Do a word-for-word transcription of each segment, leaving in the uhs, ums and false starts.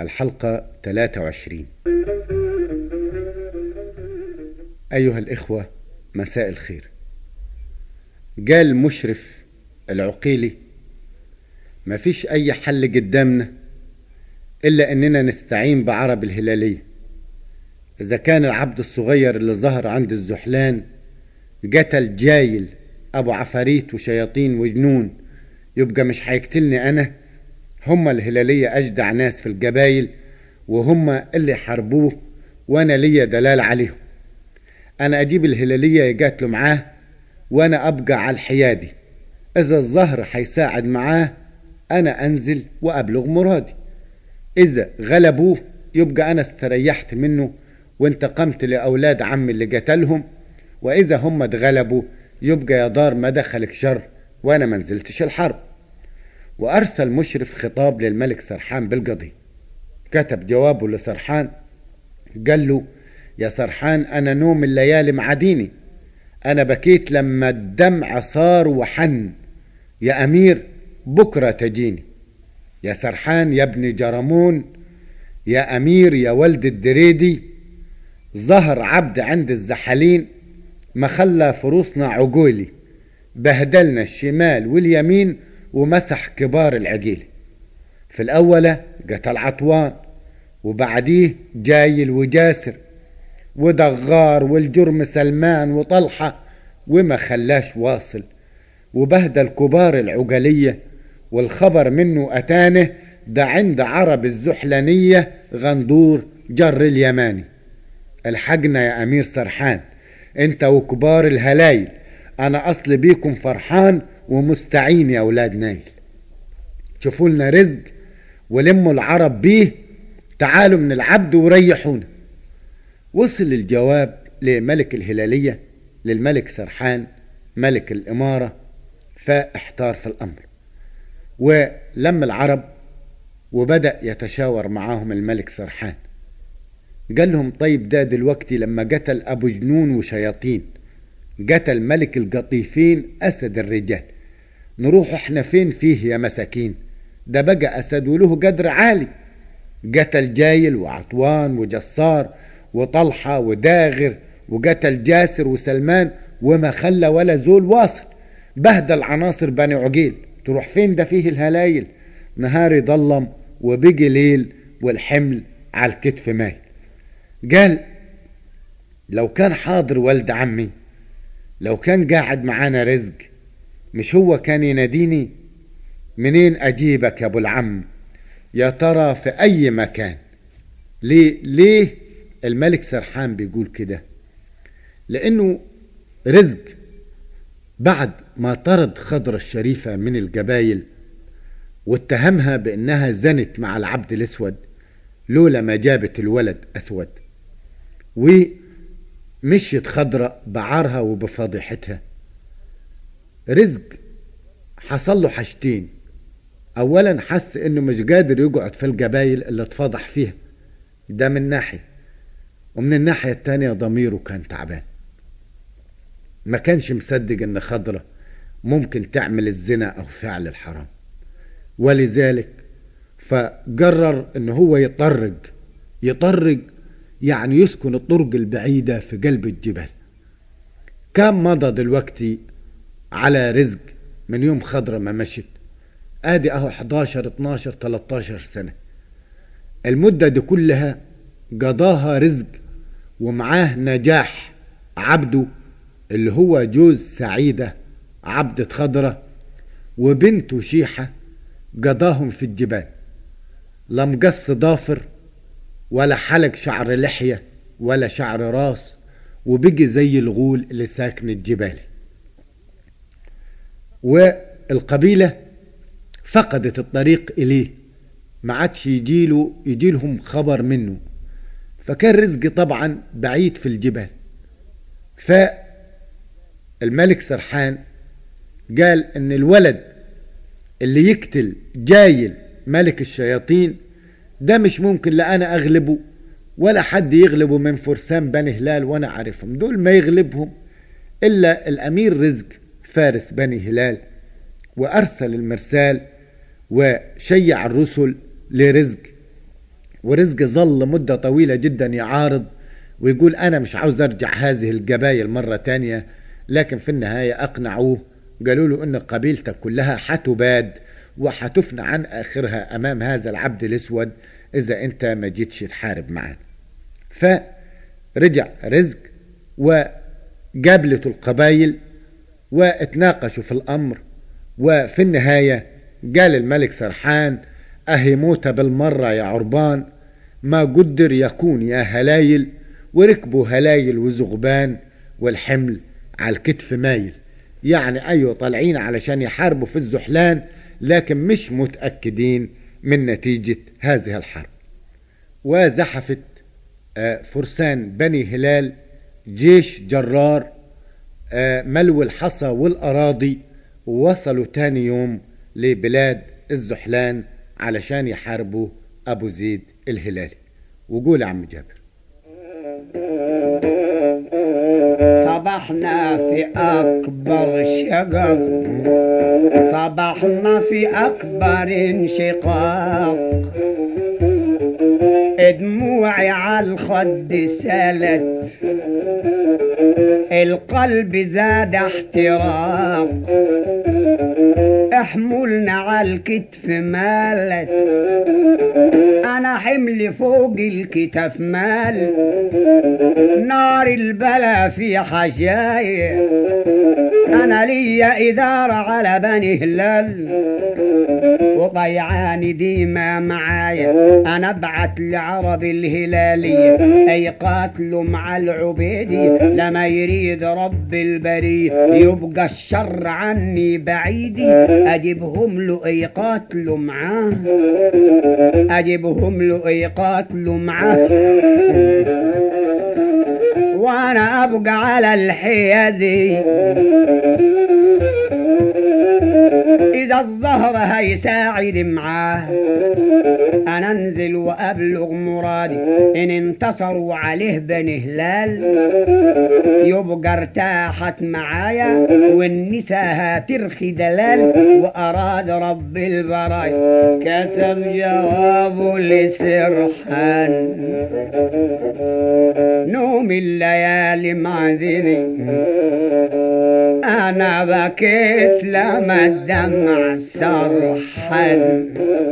الحلقة ثلاثة وعشرين. أيها الإخوة، مساء الخير. قال مشرف العقيلي: ما فيش أي حل قدامنا إلا أننا نستعين بعرب الهلالية. إذا كان العبد الصغير اللي ظهر عند الزحلان قتل جايل أبو عفاريت وشياطين وجنون، يبقى مش هيقتلني أنا. هم الهلالية أجدع ناس في القبايل، وهم اللي حاربوه، وأنا ليا دلال عليهم. أنا أجيب الهلالية يقاتلوا معاه، وأنا أبقى على الحيادي. إذا الظهر هيساعد معاه أنا أنزل وأبلغ مرادي. إذا غلبوه يبقى أنا استريحت منه وانتقمت لأولاد عمي اللي قتلهم، وإذا هم اتغلبوا يبقى يا دار ما دخلك شر وأنا ما نزلتش الحرب. وأرسل مشرف خطاب للملك سرحان بالقضية. كتب جوابه لسرحان، قال له: يا سرحان، أنا نوم الليالي معديني، أنا بكيت لما الدمع صار وحن. يا أمير بكرة تجيني. يا سرحان يا ابن جرمون، يا أمير يا ولد الدريدي، ظهر عبد عند الزحالين ما خلى فروسنا عقولي، بهدلنا الشمال واليمين ومسح كبار العقيل. في الأولى قتل عطوان، وبعديه جايل وجاسر ودغار والجرم سلمان وطلحة، وما خلاش واصل، وبهدل كبار العقلية. والخبر منه أتانه ده عند عرب الزحلانية غندور جر اليماني. الحقنا يا أمير سرحان، انت وكبار الهلايل، أنا أصل بيكم فرحان ومستعين يا أولاد نايل. شوفوا لنا رزق ولموا العرب بيه، تعالوا من العبد وريحونا. وصل الجواب لملك الهلالية للملك سرحان ملك الإمارة، فاحتار في الأمر ولم العرب وبدأ يتشاور معاهم الملك سرحان. قال لهم: طيب ده دلوقتي لما قتل أبو جنون وشياطين، قتل ملك القطيفين أسد الرجال، نروح احنا فين فيه يا مساكين؟ ده بقى أسد وله قدر عالي. قتل جايل وعطوان وجسار وطلحة وداغر، وقتل جاسر وسلمان، وما خلى ولا زول واصل، بهدل عناصر بني عقيل. تروح فين ده فيه الهلايل؟ نهاري ضلم وبقي ليل، والحمل على الكتف ماي. قال: لو كان حاضر ولد عمي، لو كان قاعد معانا رزق، مش هو كان يناديني؟ منين أجيبك يا أبو العم؟ يا ترى في أي مكان؟ ليه ليه الملك سرحان بيقول كده؟ لأنه رزق بعد ما طرد خضرة الشريفة من القبايل واتهمها بأنها زنت مع العبد الأسود لولا ما جابت الولد أسود، ومشيت خضرة بعارها وبفضيحتها، رزق حصل له حاجتين. أولا حس إنه مش قادر يقعد في القبايل اللي اتفضح فيها، ده من ناحية، ومن الناحية التانية ضميره كان تعبان، ما كانش مصدق إن خضرة ممكن تعمل الزنا أو فعل الحرام، ولذلك فقرر إن هو يطرق يطرق يعني يسكن الطرق البعيدة في قلب الجبال. كان مضى دلوقتي على رزق من يوم خضرة ما مشت، ادي اهو حداشر اتناشر تلتاشر سنة. المدة دي كلها قضاها رزق ومعاه نجاح عبده اللي هو جوز سعيدة عبدة خضرة وبنته شيحة، قضاهم في الجبال، لا مقص ضافر ولا حلق شعر لحية ولا شعر راس، وبقي زي الغول اللي ساكن الجبال. والقبيلة فقدت الطريق إليه، ما عادش يجيله يجيلهم خبر منه، فكان رزقي طبعا بعيد في الجبال. فالملك سرحان قال ان الولد اللي يقتل جايل ملك الشياطين ده مش ممكن لا انا اغلبه ولا حد يغلبه من فرسان بني هلال، وانا عارفهم دول ما يغلبهم الا الامير رزق فارس بني هلال. وارسل المرسال وشيع الرسل لرزق ورزق ظل مدة طويلة جدا يعارض ويقول أنا مش عاوز أرجع هذه القبائل مرة تانية، لكن في النهاية أقنعوه، قالوا له إن قبيلتك كلها حتباد وحتفنى عن آخرها أمام هذا العبد الأسود إذا أنت ما جيتش تحارب معنا. فرجع رزق وقابلته القبائل واتناقشوا في الأمر، وفي النهاية قال الملك سرحان أهي موتة بالمرة يا عربان، ما قدر يكون يا هلايل، وركبوا هلايل وزغبان والحمل على الكتف مايل. يعني أيوة طالعين علشان يحاربوا في الزحلان، لكن مش متأكدين من نتيجة هذه الحرب. وزحفت فرسان بني هلال جيش جرار ملو الحصى والأراضي، ووصلوا تاني يوم لبلاد الزحلان علشان يحاربوا أبو زيد الهلالي. وقول يا عم جابر. صبحنا في أكبر شقق، صبحنا في أكبر انشقاق، دموعي على الخد سالت، القلب زاد احتراق، احملنا على الكتف مالت، انا حمل فوق الكتف مال، نار البلا في حشاي، انا ليا ادارة على بني هلال، وضيعاني ديما معايا، انا ابعت لعرب الهلالي اي قاتلوا مع العبيدي، لما يريد رب البري يبقى الشر عني بعيدي، اجيبهم له اي قاتلوا معاه، اجيبهم له اي قاتلوا معاه، وانا ابقى على الحيادي، إذا الظهر هيساعد معاه، أنا أنزل وأبلغ مرادي، إن انتصروا عليه بني هلال يبقى ارتاحت معايا، والنساء هترخي دلال، وأراد رب البرايا كتب جوابه لسرحان، نوم الليالي معذني، أنا بكيت لما الدمع سرحان،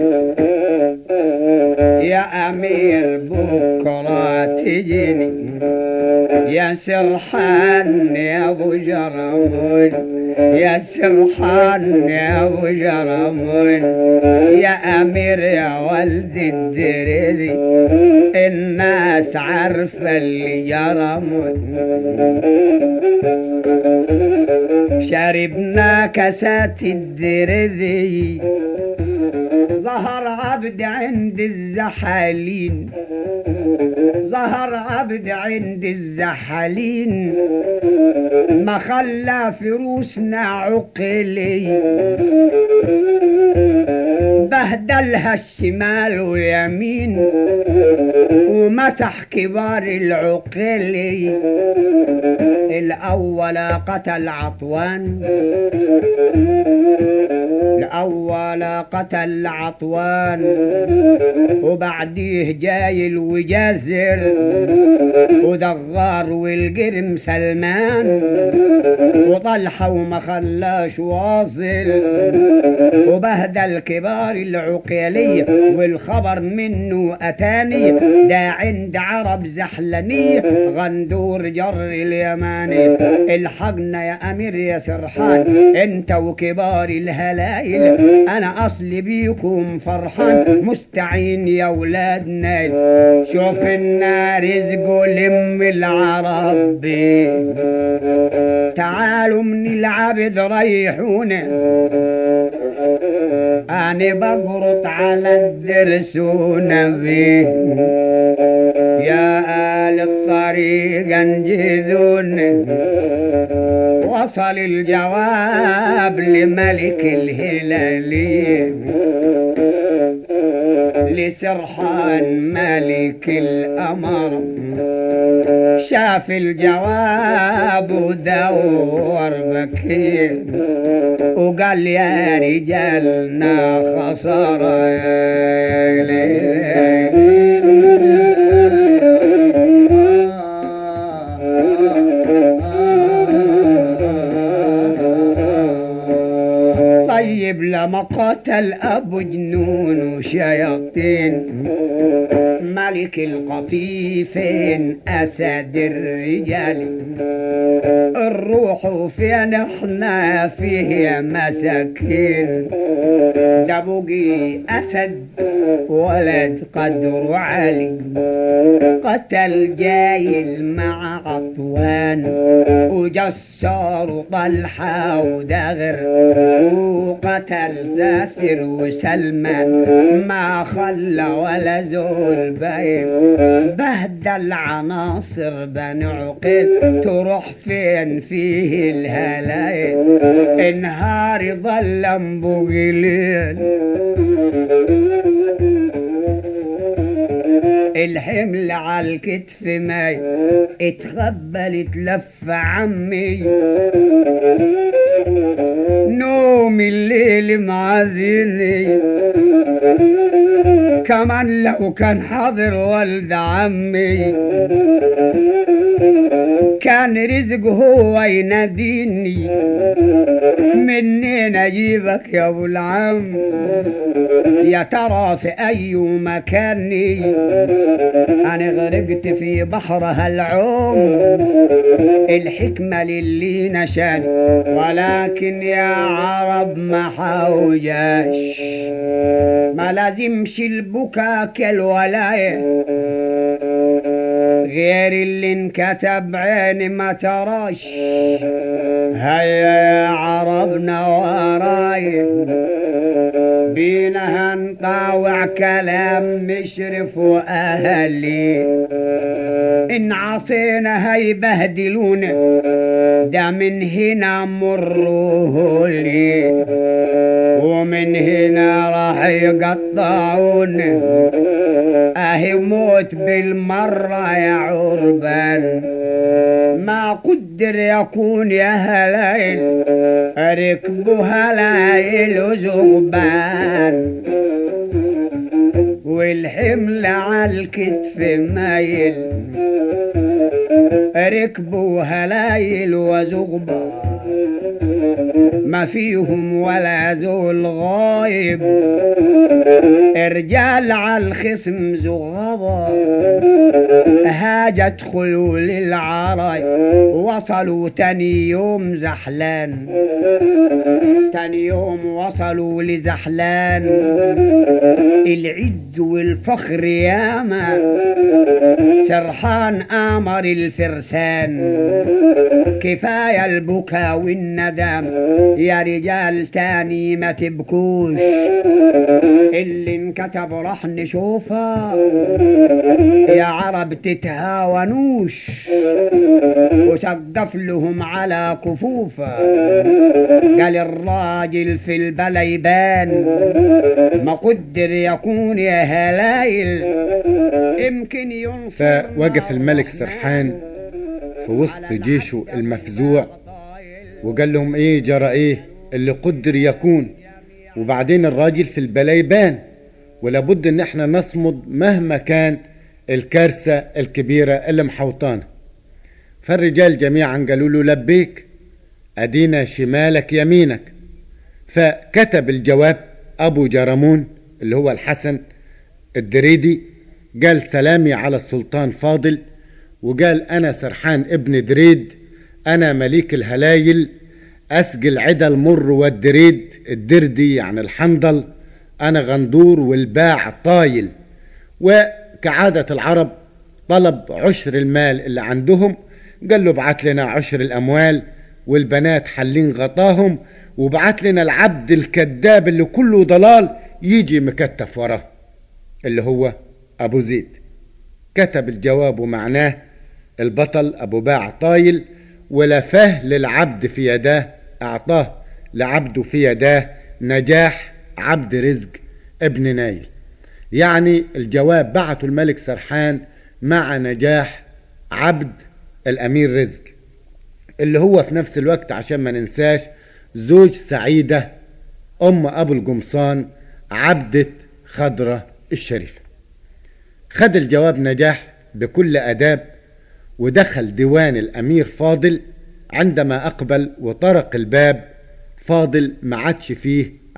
يا أمير بكرة تجيني، يا سرحان يا أبو جرمون، يا سرحان يا أبو جرمون، يا أمير يا ولد الدريدي، الناس عارفة اللي جرمون، شربنا كاسات الدريدي، ظهر عبد عند الزحالين، ظهر عبد عند الزحالين، ما خلى فروسنا عقلي، بهدلها الشمال واليمين، ومسح كبار العقلي، الأول قتل عطوان، الأول قتل عطوان، وبعديه جاي الوجازر ودغار والقرم سلمان، وطلحة وما خلاش واصل، وبهدل كبار العقيلية، والخبر منه أتاني، ده عند عرب زحلانية، غندور جر اليماني، الحقنا يا أمير يا سرحان، انت وكبار الهلايل، انا اصلي بيكم فرحان، مستعين يا ولادنا، شوف النار رزقه لم العرب، تعالوا من العبد ريحونا، انا بقرط على الدرس ونبي، يا آل الطريق انجذون، وصل الجواب لملك الهلالي، لسرحان ملك الأمر، شاف الجواب ودور بكير، وقال يا رجالنا خسارة، قتل أبو جنون وشياطين ملك القطيفين أسد الرجال الروح فين احنا فيه مساكين ده بقي أسد ولد قدر علي قتل جايل مع عطوان وجسار طلحة ودغر وقتل زاسر وسلمان ما خلى ولا زول باين بهدل عناصر بن عقيل تروح فين فيه الهلاين انهار ظل بقليل الحمل على الكتف ماي اتخبل اتلف عمي نوم الليل معذني كمان لو كان حاضر ولد عمي كان رزق هو يناديني منين اجيبك يا ابو العم يا ترى في اي مكاني انا غرقت في بحرها العوم الحكمة للي نشاني ولكن يا عرب ما حوجاش ما لازمش البكا كالولاية غير اللي انكتب عيني ما تراش هيا يا عربنا وراي بينا هنطاوع كلام مشرف واهلي ان عصينا هيبهدلونا ده من هنا مروه لي ومن هنا راح يقطعون اهي موت بالمرة يا عربان ما قدر يكون يا هلايل ركبوا هلايل وزغبان والحمل على الكتف مايل ركبوا هلايل وزغبان ما فيهم ولا زول غايب رجال على الخصم زغبا هاجت خيول العراي وصلوا تاني يوم زحلان تاني يوم وصلوا لزحلان العز والفخر ياما سرحان آمر الفرسان كفاية البكا والندم يا رجال تاني ما تبكوش اللي انكتب راح نشوفها يا عرب تتهاونوش وسقف لهم على كفوفه قال الراجل في البلا يبان ما قدر يكون يا هلايل يمكن ينصر. فوقف الملك سرحان في وسط جيشه المفزوع وقال لهم ايه جرى ايه اللي قدر يكون وبعدين الراجل في البلا يبان ولابد ان احنا نصمد مهما كان الكارثة الكبيرة اللي محوطانا. فالرجال جميعا قالوا له لبيك ادينا شمالك يمينك. فكتب الجواب ابو جرمون اللي هو الحسن الدريدي قال سلامي على السلطان فاضل وقال انا سرحان ابن دريد انا مليك الهلايل اسقي العدا المر والدريد الدردي يعني الحنظل انا غندور والباع طايل. وكعادة العرب طلب عشر المال اللي عندهم قال له بعت لنا عشر الاموال والبنات حلين غطاهم وبعت لنا العبد الكذاب اللي كله ضلال يجي مكتف وراه اللي هو ابو زيد. كتب الجواب ومعناه البطل ابو باع طايل ولفاه للعبد في يداه اعطاه لعبده في يداه نجاح عبد رزق ابن نايل. يعني الجواب بعته الملك سرحان مع نجاح عبد الامير رزق اللي هو في نفس الوقت عشان ما ننساش زوج سعيدة ام ابو القمصان عبدة خضرة الشريفة. خد الجواب نجاح بكل اداب ودخل ديوان الامير فاضل. عندما اقبل وطرق الباب فاضل ما عادش فيه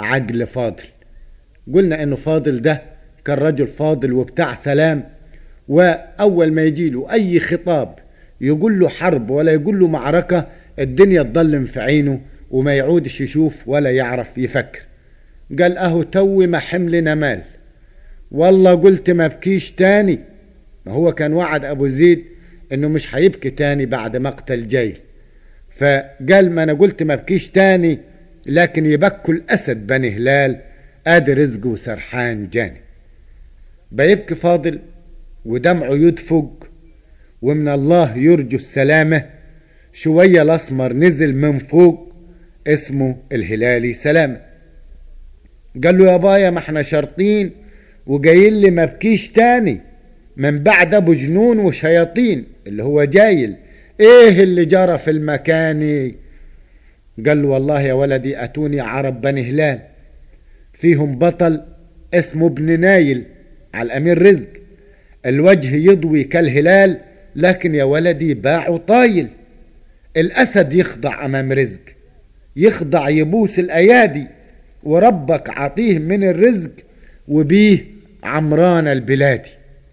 عجل فاضل. قلنا انه فاضل ده كان رجل فاضل وبتاع سلام، واول ما يجيله اي خطاب يقول له حرب ولا يقول له معركة الدنيا تضلم في عينه وما يعودش يشوف ولا يعرف يفكر. قال اهو توي ما حملنا مال، والله قلت ما بكيش تاني. ما هو كان وعد ابو زيد انه مش هيبكي تاني بعد مقتل جيل، فقال ما انا قلت ما بكيش تاني، لكن يبكوا الاسد بني هلال ادي رزقه وسرحان جاني. بيبكي فاضل ودمعه يدفق ومن الله يرجو السلامة. شوية الاسمر نزل من فوق اسمه الهلالي سلامة. قال له يا بايا ما احنا شرطين وجايين لي ما بكيش تاني من بعد ابو جنون وشياطين اللي هو جايل، ايه اللي جرى في المكان؟ قال له والله يا ولدي اتوني عرب بني هلال فيهم بطل اسمه ابن نايل على الامير رزق، الوجه يضوي كالهلال لكن يا ولدي باعه طايل. الاسد يخضع امام رزق، يخضع يبوس الايادي، وربك عطيه من الرزق وبيه عمران البلادي.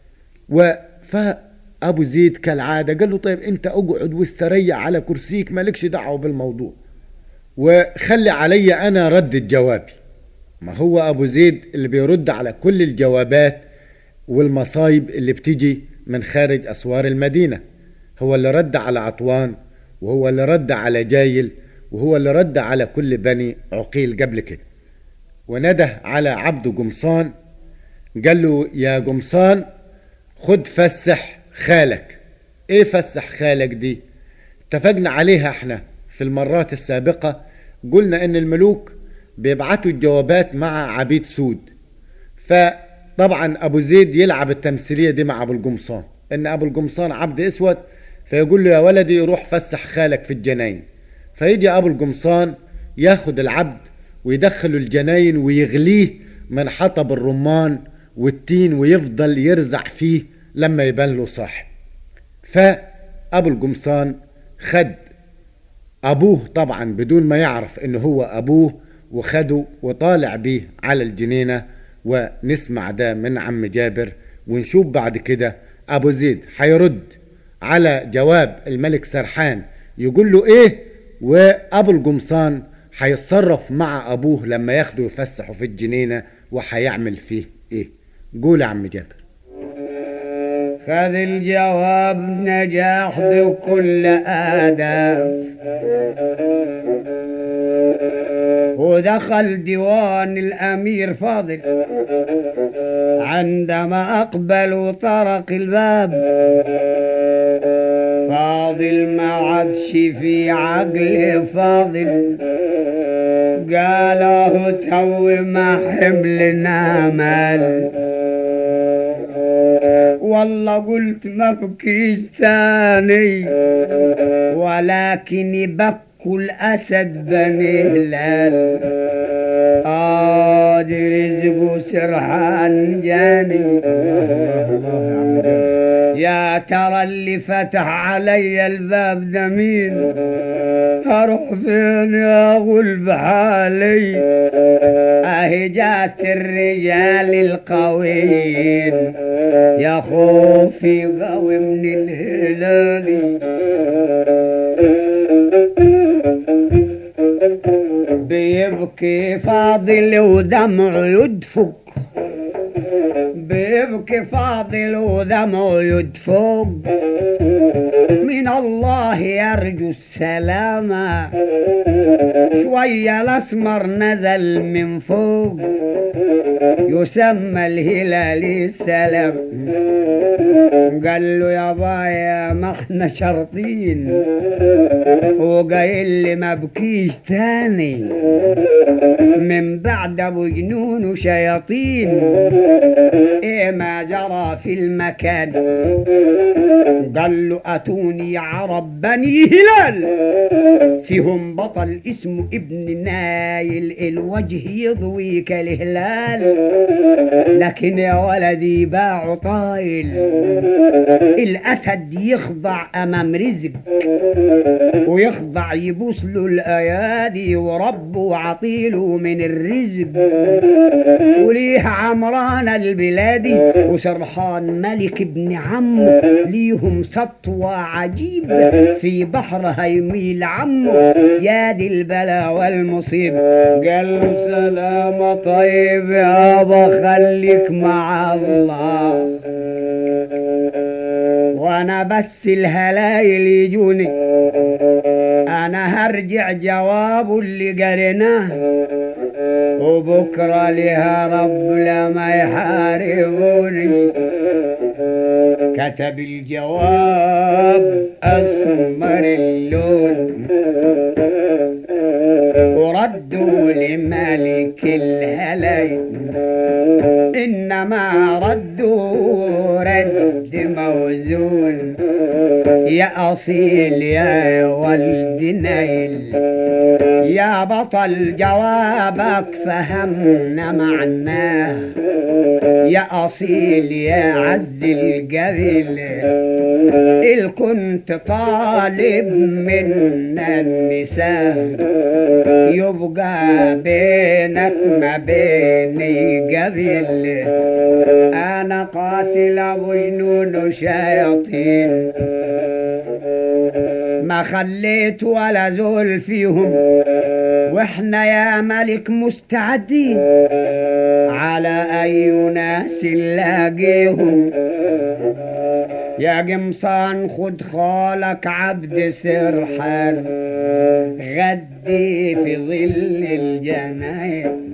وفابو زيد كالعاده قال له طيب انت اقعد واستريح على كرسيك مالكش دعوه بالموضوع وخلي علي انا رد جوابي. ما هو ابو زيد اللي بيرد على كل الجوابات والمصايب اللي بتيجي من خارج اسوار المدينه. هو اللي رد على عطوان، وهو اللي رد على جايل، وهو اللي رد على كل بني عقيل قبل كده. ونده على عبد قمصان قال له يا قمصان خد فسح خالك. ايه فسح خالك دي؟ اتفقنا عليها احنا في المرات السابقة، قلنا ان الملوك بيبعتوا الجوابات مع عبيد سود، فطبعا ابو زيد يلعب التمثيلية دي مع ابو القمصان، ان ابو القمصان عبد اسود فيقول له يا ولدي روح فسح خالك في الجناين، فيجي ابو القمصان ياخد العبد ويدخله الجناين ويغليه من حطب الرمان والتين ويفضل يرزع فيه لما يبان له صاحب. فابو القمصان خد ابوه طبعا بدون ما يعرف انه هو ابوه وخده وطالع بيه على الجنينة. ونسمع ده من عم جابر ونشوف بعد كده ابو زيد حيرد على جواب الملك سرحان يقول له ايه، وابو القمصان حيتصرف مع ابوه لما ياخده يفسحه في الجنينة وحيعمل فيه ايه. قول يا عم جابر. خذ الجواب نجاح بكل آداب، ودخل ديوان الأمير فاضل. عندما أقبل وطرق الباب فاضل ما عادش في عقل فاضل، قاله تو ما حملنا مال، والله قلت ما بكيش ثاني ولكن يبكوا الأسد بني هلال، آدي رزق سرحان جاني. يا ترى اللي فتح علي الباب ده مين؟ هروح فين يا غلب حالي؟ اهي جات الرجال القويين، يا خوفي قوي من الهلالي. بيبكي فاضل ودمعه يدفق، بيبكي فاضل ودمعه يدفق، من الله يرجو السلامة. شوية الأسمر نزل من فوق يسمى الهلالي السلام، قال له يا بايا ما احنا شرطين وقايل لي ما بكيش تاني من بعد ابو جنون وشياطين، ايه ما جرى في المكان. قال له أتوني عرب بني هلال فيهم بطل اسمه ابن نايل الوجه يضوي كالهلال، لكن يا ولدي باع طايل الأسد يخضع أمام رزق ويخضع يبوس له الأيادي وربه عطيله من الرزق. وليه عمران البلادي وسرحان ملك ابن عمه ليهم سطوة عجيب في بحرها يميل عمه يا دي البلا والمصيب. قال له سلام طيب يابا خليك مع الله وانا بس الهلايل يجوني انا هرجع جوابه اللي قريناه وبكره لها رب لما يحاربوني. كتب الجواب اسمر اللون وردوا لملك الهلايل، انما ردوا رد موزون يا اصيل يا ولد نيل. يا بطل جوابك فهمنا معناه يا اصيل يا عز القبيل. إل كنت طالب من النساء يبقى بينك ما بيني قبيل. أنا قاتل أبو جنون وشياطين ما خليت ولا زول فيهم واحنا يا ملك مستعدين على أي ناس نلاقيهم. يا قمصان خد خالك عبد سرحان غدي في ظل الجناين.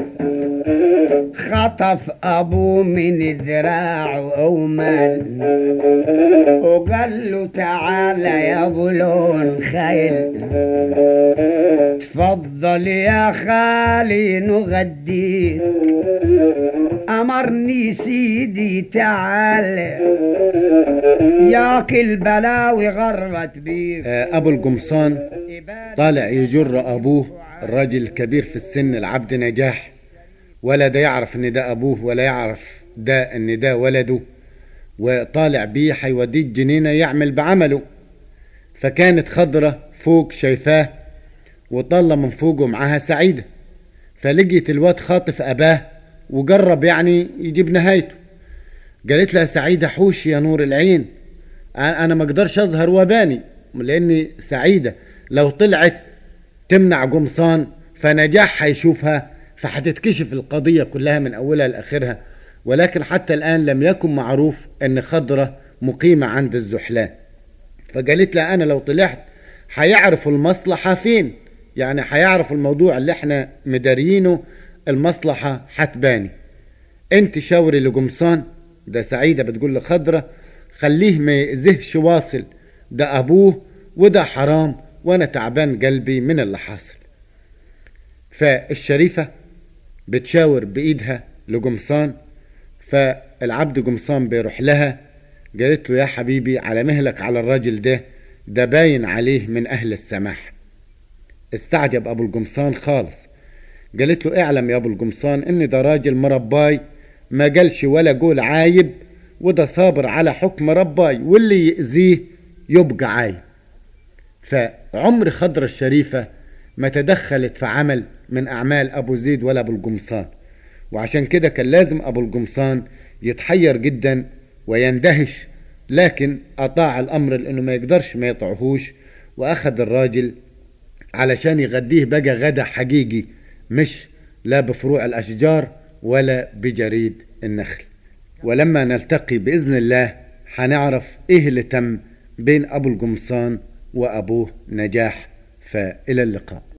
خطف أبوه من ذراعه أومال وقال له تعالى يا أبو لون خيل تفضل يا خالي نغديك. أمرني سيدي تعالى ياك البلاوي غرت بيك. أبو القمصان طالع يجر أبوه الراجل الكبير في السن العبد نجاح، ولا ده يعرف ان ده ابوه ولا يعرف ده ان ده ولده، وطالع بيه حيوديه الجنينة يعمل بعمله. فكانت خضرة فوق شايفاه وطلع من فوقه معاها سعيدة، فلقيت الواد خاطف اباه وجرب يعني يجيب نهايته. قالت لها سعيدة حوش يا نور العين انا ما اقدرش اظهر وباني، لاني سعيدة لو طلعت تمنع قمصان فنجاح هيشوفها فحتتكشف القضية كلها من أولها لآخرها. ولكن حتى الآن لم يكن معروف أن خضرة مقيمة عند الزحلان. فقالت لها أنا لو طلعت حيعرفوا المصلحة فين، يعني حيعرفوا الموضوع اللي احنا مدارينه المصلحة حتباني. انت شاوري لقمصان، ده سعيدة بتقول لخضرة خليه ما يأذهش واصل، ده أبوه وده حرام وأنا تعبان قلبي من اللي حاصل. فالشريفة بتشاور بإيدها لقمصان، فالعبد قمصان بيروح لها قالت له يا حبيبي على مهلك على الراجل ده، ده باين عليه من أهل السماح. استعجب أبو القمصان خالص، قالت له اعلم يا أبو القمصان ان ده راجل مرباي ما قالش ولا قول عايب، وده صابر على حكم رباي واللي يأذيه يبقى عايب. فعمر خضر الشريفة ما تدخلت في عمل من أعمال أبو زيد ولا أبو القمصان، وعشان كده كان لازم أبو القمصان يتحير جدا ويندهش، لكن أطاع الأمر لأنه ما يقدرش ما يطعهوش، وأخذ الراجل علشان يغديه بقى غدا حقيقي، مش لا بفروع الأشجار ولا بجريد النخل. ولما نلتقي بإذن الله هنعرف إيه اللي تم بين أبو القمصان وأبوه نجاح. فإلى اللقاء.